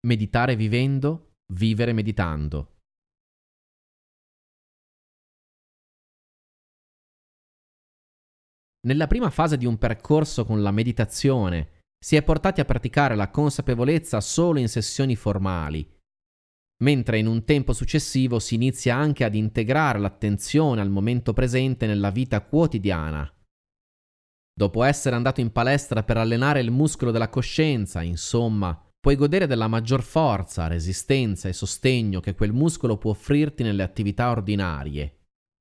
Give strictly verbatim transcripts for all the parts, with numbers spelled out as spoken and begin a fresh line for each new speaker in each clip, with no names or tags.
Meditare vivendo, vivere meditando. Nella prima fase di un percorso con la meditazione si è portati a praticare la consapevolezza solo in sessioni formali, mentre in un tempo successivo si inizia anche ad integrare l'attenzione al momento presente nella vita quotidiana. Dopo essere andato in palestra per allenare il muscolo della coscienza, insomma, puoi godere della maggior forza, resistenza e sostegno che quel muscolo può offrirti nelle attività ordinarie.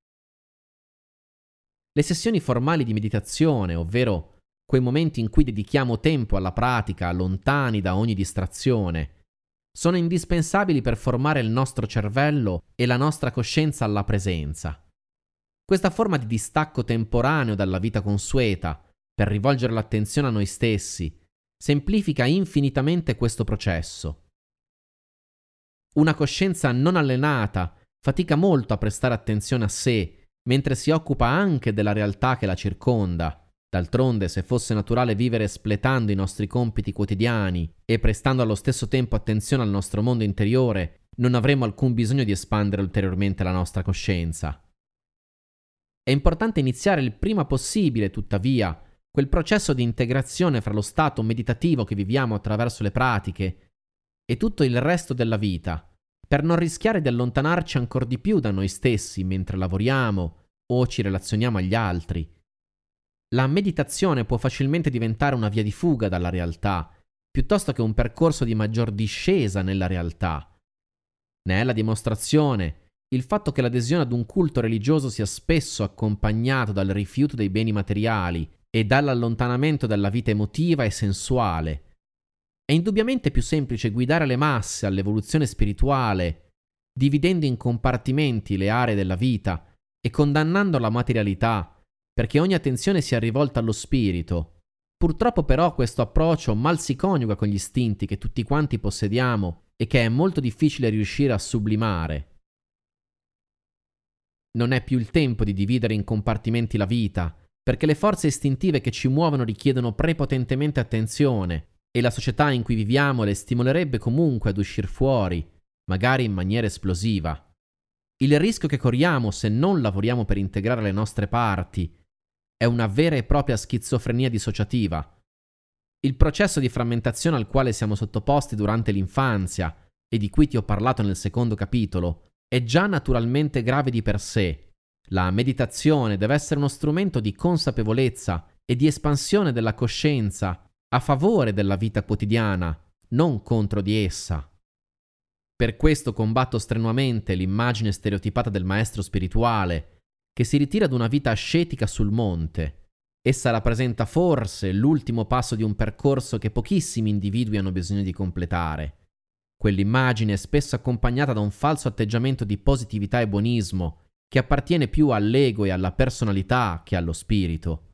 Le sessioni formali di meditazione, ovvero quei momenti in cui dedichiamo tempo alla pratica, lontani da ogni distrazione, sono indispensabili per formare il nostro cervello e la nostra coscienza alla presenza. Questa forma di distacco temporaneo dalla vita consueta, per rivolgere l'attenzione a noi stessi, semplifica infinitamente questo processo. Una coscienza non allenata fatica molto a prestare attenzione a sé, mentre si occupa anche della realtà che la circonda. D'altronde, se fosse naturale vivere espletando i nostri compiti quotidiani e prestando allo stesso tempo attenzione al nostro mondo interiore, non avremmo alcun bisogno di espandere ulteriormente la nostra coscienza. È importante iniziare il prima possibile, tuttavia, quel processo di integrazione fra lo stato meditativo che viviamo attraverso le pratiche e tutto il resto della vita, per non rischiare di allontanarci ancor di più da noi stessi mentre lavoriamo o ci relazioniamo agli altri. La meditazione può facilmente diventare una via di fuga dalla realtà, piuttosto che un percorso di maggior discesa nella realtà. Ne è la dimostrazione il fatto che l'adesione ad un culto religioso sia spesso accompagnato dal rifiuto dei beni materiali e dall'allontanamento dalla vita emotiva e sensuale. È indubbiamente più semplice guidare le masse all'evoluzione spirituale, dividendo in compartimenti le aree della vita e condannando la materialità, perché ogni attenzione sia rivolta allo spirito. Purtroppo però questo approccio mal si coniuga con gli istinti che tutti quanti possediamo e che è molto difficile riuscire a sublimare. Non è più il tempo di dividere in compartimenti la vita, perché le forze istintive che ci muovono richiedono prepotentemente attenzione e la società in cui viviamo le stimolerebbe comunque ad uscir fuori, magari in maniera esplosiva. Il rischio che corriamo se non lavoriamo per integrare le nostre parti è una vera e propria schizofrenia dissociativa. Il processo di frammentazione al quale siamo sottoposti durante l'infanzia e di cui ti ho parlato nel secondo capitolo è già naturalmente grave di per sé. La meditazione deve essere uno strumento di consapevolezza e di espansione della coscienza a favore della vita quotidiana, non contro di essa. Per questo combatto strenuamente l'immagine stereotipata del maestro spirituale che si ritira ad una vita ascetica sul monte. Essa rappresenta forse l'ultimo passo di un percorso che pochissimi individui hanno bisogno di completare. Quell'immagine è spesso accompagnata da un falso atteggiamento di positività e buonismo che appartiene più all'ego e alla personalità che allo spirito.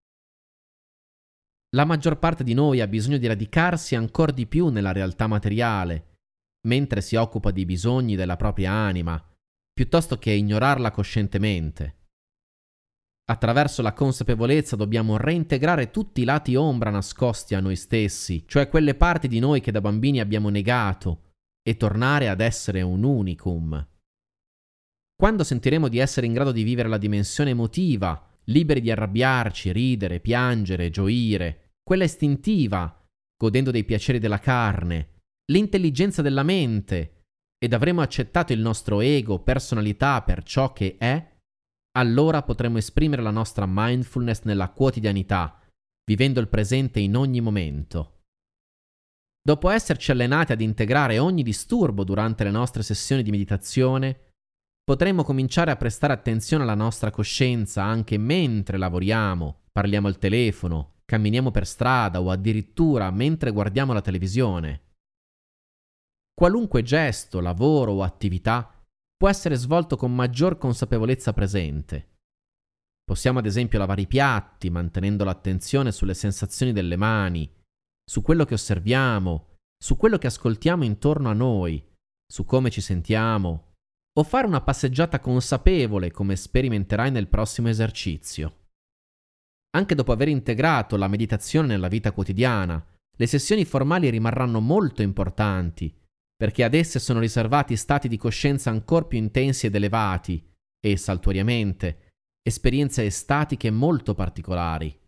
La maggior parte di noi ha bisogno di radicarsi ancor di più nella realtà materiale, mentre si occupa dei bisogni della propria anima, piuttosto che ignorarla coscientemente. Attraverso la consapevolezza dobbiamo reintegrare tutti i lati ombra nascosti a noi stessi, cioè quelle parti di noi che da bambini abbiamo negato, e tornare ad essere un unicum. Quando sentiremo di essere in grado di vivere la dimensione emotiva, liberi di arrabbiarci, ridere, piangere, gioire, quella istintiva, godendo dei piaceri della carne, l'intelligenza della mente, ed avremo accettato il nostro ego, personalità per ciò che è, allora potremo esprimere la nostra mindfulness nella quotidianità, vivendo il presente in ogni momento. Dopo esserci allenati ad integrare ogni disturbo durante le nostre sessioni di meditazione, potremo cominciare a prestare attenzione alla nostra coscienza anche mentre lavoriamo, parliamo al telefono, camminiamo per strada o addirittura mentre guardiamo la televisione. Qualunque gesto, lavoro o attività può essere svolto con maggior consapevolezza presente. Possiamo ad esempio lavare i piatti, mantenendo l'attenzione sulle sensazioni delle mani, su quello che osserviamo, su quello che ascoltiamo intorno a noi, su come ci sentiamo, o fare una passeggiata consapevole come sperimenterai nel prossimo esercizio. Anche dopo aver integrato la meditazione nella vita quotidiana, le sessioni formali rimarranno molto importanti perché ad esse sono riservati stati di coscienza ancor più intensi ed elevati e, saltuariamente, esperienze estatiche molto particolari.